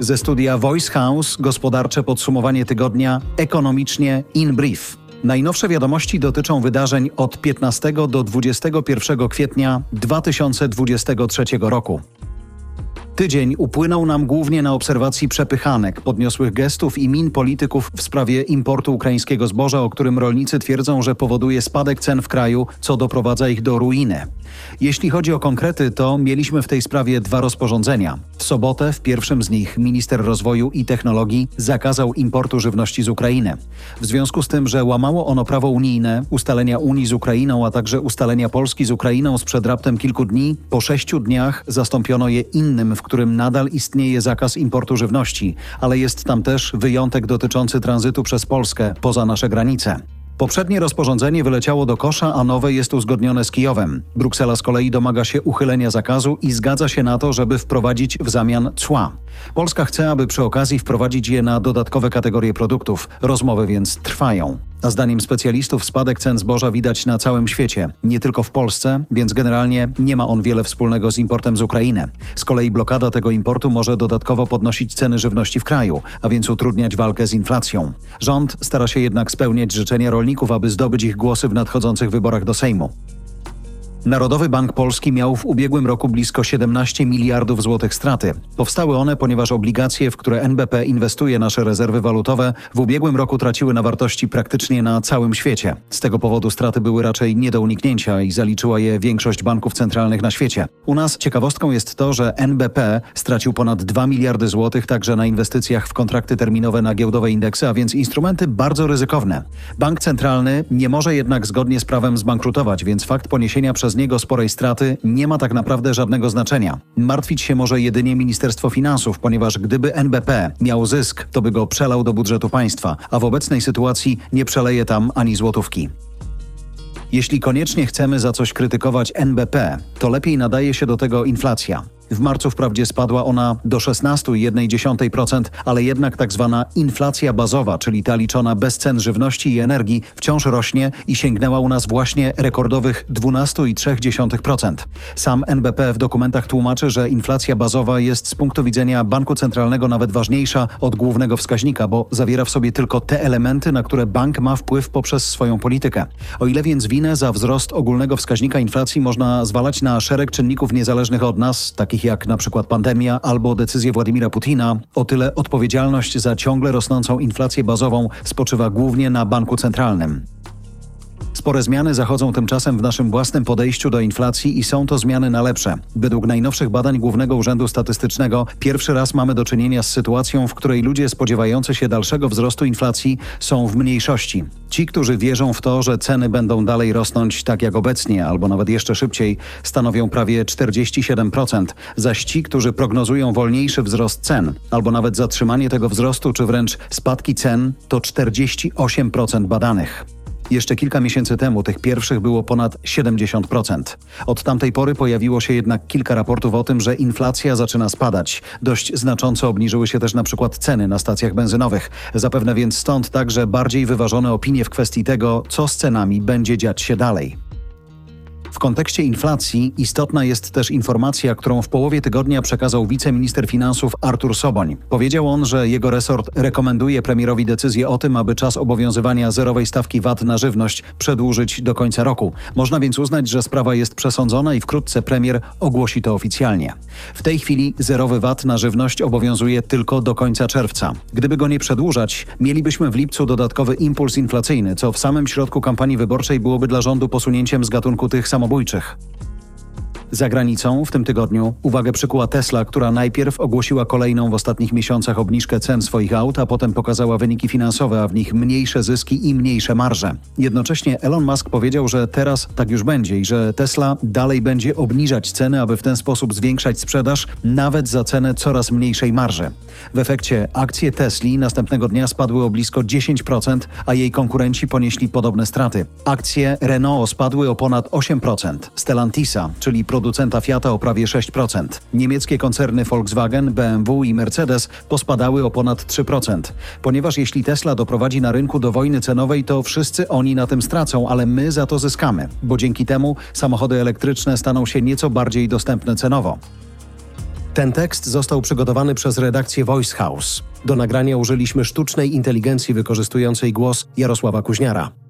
Ze studia Voice House gospodarcze podsumowanie tygodnia ekonomicznie in brief. Najnowsze wiadomości dotyczą wydarzeń od 15 do 21 kwietnia 2023 roku. Tydzień upłynął nam głównie na obserwacji przepychanek, podniosłych gestów i min polityków w sprawie importu ukraińskiego zboża, o którym rolnicy twierdzą, że powoduje spadek cen w kraju, co doprowadza ich do ruiny. Jeśli chodzi o konkrety, to mieliśmy w tej sprawie 2 rozporządzenia. W sobotę w pierwszym z nich minister rozwoju i technologii zakazał importu żywności z Ukrainy. W związku z tym, że łamało ono prawo unijne, ustalenia Unii z Ukrainą, a także ustalenia Polski z Ukrainą sprzed raptem kilku dni, po 6 dniach zastąpiono je innym, w którym nadal istnieje zakaz importu żywności, ale jest tam też wyjątek dotyczący tranzytu przez Polskę poza nasze granice. Poprzednie rozporządzenie wyleciało do kosza, a nowe jest uzgodnione z Kijowem. Bruksela z kolei domaga się uchylenia zakazu i zgadza się na to, żeby wprowadzić w zamian cła. Polska chce, aby przy okazji wprowadzić je na dodatkowe kategorie produktów. Rozmowy więc trwają. A zdaniem specjalistów spadek cen zboża widać na całym świecie, nie tylko w Polsce, więc generalnie nie ma on wiele wspólnego z importem z Ukrainy. Z kolei blokada tego importu może dodatkowo podnosić ceny żywności w kraju, a więc utrudniać walkę z inflacją. Rząd stara się jednak spełniać życzenia rolników, aby zdobyć ich głosy w nadchodzących wyborach do Sejmu. Narodowy Bank Polski miał w ubiegłym roku blisko 17 miliardów złotych straty. Powstały one, ponieważ obligacje, w które NBP inwestuje nasze rezerwy walutowe, w ubiegłym roku traciły na wartości praktycznie na całym świecie. Z tego powodu straty były raczej nie do uniknięcia i zaliczyła je większość banków centralnych na świecie. U nas ciekawostką jest to, że NBP stracił ponad 2 miliardy złotych także na inwestycjach w kontrakty terminowe na giełdowe indeksy, a więc instrumenty bardzo ryzykowne. Bank centralny nie może jednak zgodnie z prawem zbankrutować, więc fakt poniesienia przez niego sporej straty nie ma tak naprawdę żadnego znaczenia. Martwić się może jedynie Ministerstwo Finansów, ponieważ gdyby NBP miał zysk, to by go przelał do budżetu państwa, a w obecnej sytuacji nie przeleje tam ani złotówki. Jeśli koniecznie chcemy za coś krytykować NBP, to lepiej nadaje się do tego inflacja. W marcu wprawdzie spadła ona do 16,1%, ale jednak tak zwana inflacja bazowa, czyli ta liczona bez cen żywności i energii, wciąż rośnie i sięgnęła u nas właśnie rekordowych 12,3%. Sam NBP w dokumentach tłumaczy, że inflacja bazowa jest z punktu widzenia banku centralnego nawet ważniejsza od głównego wskaźnika, bo zawiera w sobie tylko te elementy, na które bank ma wpływ poprzez swoją politykę. O ile więc winę za wzrost ogólnego wskaźnika inflacji można zwalać na szereg czynników niezależnych od nas, takich jak na przykład pandemia albo decyzje Władimira Putina, o tyle odpowiedzialność za ciągle rosnącą inflację bazową spoczywa głównie na banku centralnym. Spore zmiany zachodzą tymczasem w naszym własnym podejściu do inflacji i są to zmiany na lepsze. Według najnowszych badań Głównego Urzędu Statystycznego pierwszy raz mamy do czynienia z sytuacją, w której ludzie spodziewający się dalszego wzrostu inflacji są w mniejszości. Ci, którzy wierzą w to, że ceny będą dalej rosnąć tak jak obecnie, albo nawet jeszcze szybciej, stanowią prawie 47%, zaś ci, którzy prognozują wolniejszy wzrost cen, albo nawet zatrzymanie tego wzrostu, czy wręcz spadki cen, to 48% badanych. Jeszcze kilka miesięcy temu tych pierwszych było ponad 70%. Od tamtej pory pojawiło się jednak kilka raportów o tym, że inflacja zaczyna spadać. Dość znacząco obniżyły się też na przykład ceny na stacjach benzynowych. Zapewne więc stąd także bardziej wyważone opinie w kwestii tego, co z cenami będzie dziać się dalej. W kontekście inflacji istotna jest też informacja, którą w połowie tygodnia przekazał wiceminister finansów Artur Soboń. Powiedział on, że jego resort rekomenduje premierowi decyzję o tym, aby czas obowiązywania zerowej stawki VAT na żywność przedłużyć do końca roku. Można więc uznać, że sprawa jest przesądzona i wkrótce premier ogłosi to oficjalnie. W tej chwili zerowy VAT na żywność obowiązuje tylko do końca czerwca. Gdyby go nie przedłużać, mielibyśmy w lipcu dodatkowy impuls inflacyjny, co w samym środku kampanii wyborczej byłoby dla rządu posunięciem z gatunku tych samobójczych. Za granicą w tym tygodniu uwagę przykuła Tesla, która najpierw ogłosiła kolejną w ostatnich miesiącach obniżkę cen swoich aut, a potem pokazała wyniki finansowe, a w nich mniejsze zyski i mniejsze marże. Jednocześnie Elon Musk powiedział, że teraz tak już będzie i że Tesla dalej będzie obniżać ceny, aby w ten sposób zwiększać sprzedaż nawet za cenę coraz mniejszej marży. W efekcie akcje Tesli następnego dnia spadły o blisko 10%, a jej konkurenci ponieśli podobne straty. Akcje Renault spadły o ponad 8%, Stellantisa, czyli producenta Fiata, o prawie 6%. Niemieckie koncerny Volkswagen, BMW i Mercedes pospadały o ponad 3%. Ponieważ jeśli Tesla doprowadzi na rynku do wojny cenowej, to wszyscy oni na tym stracą, ale my za to zyskamy, bo dzięki temu samochody elektryczne staną się nieco bardziej dostępne cenowo. Ten tekst został przygotowany przez redakcję Voice House. Do nagrania użyliśmy sztucznej inteligencji wykorzystującej głos Jarosława Kuźniara.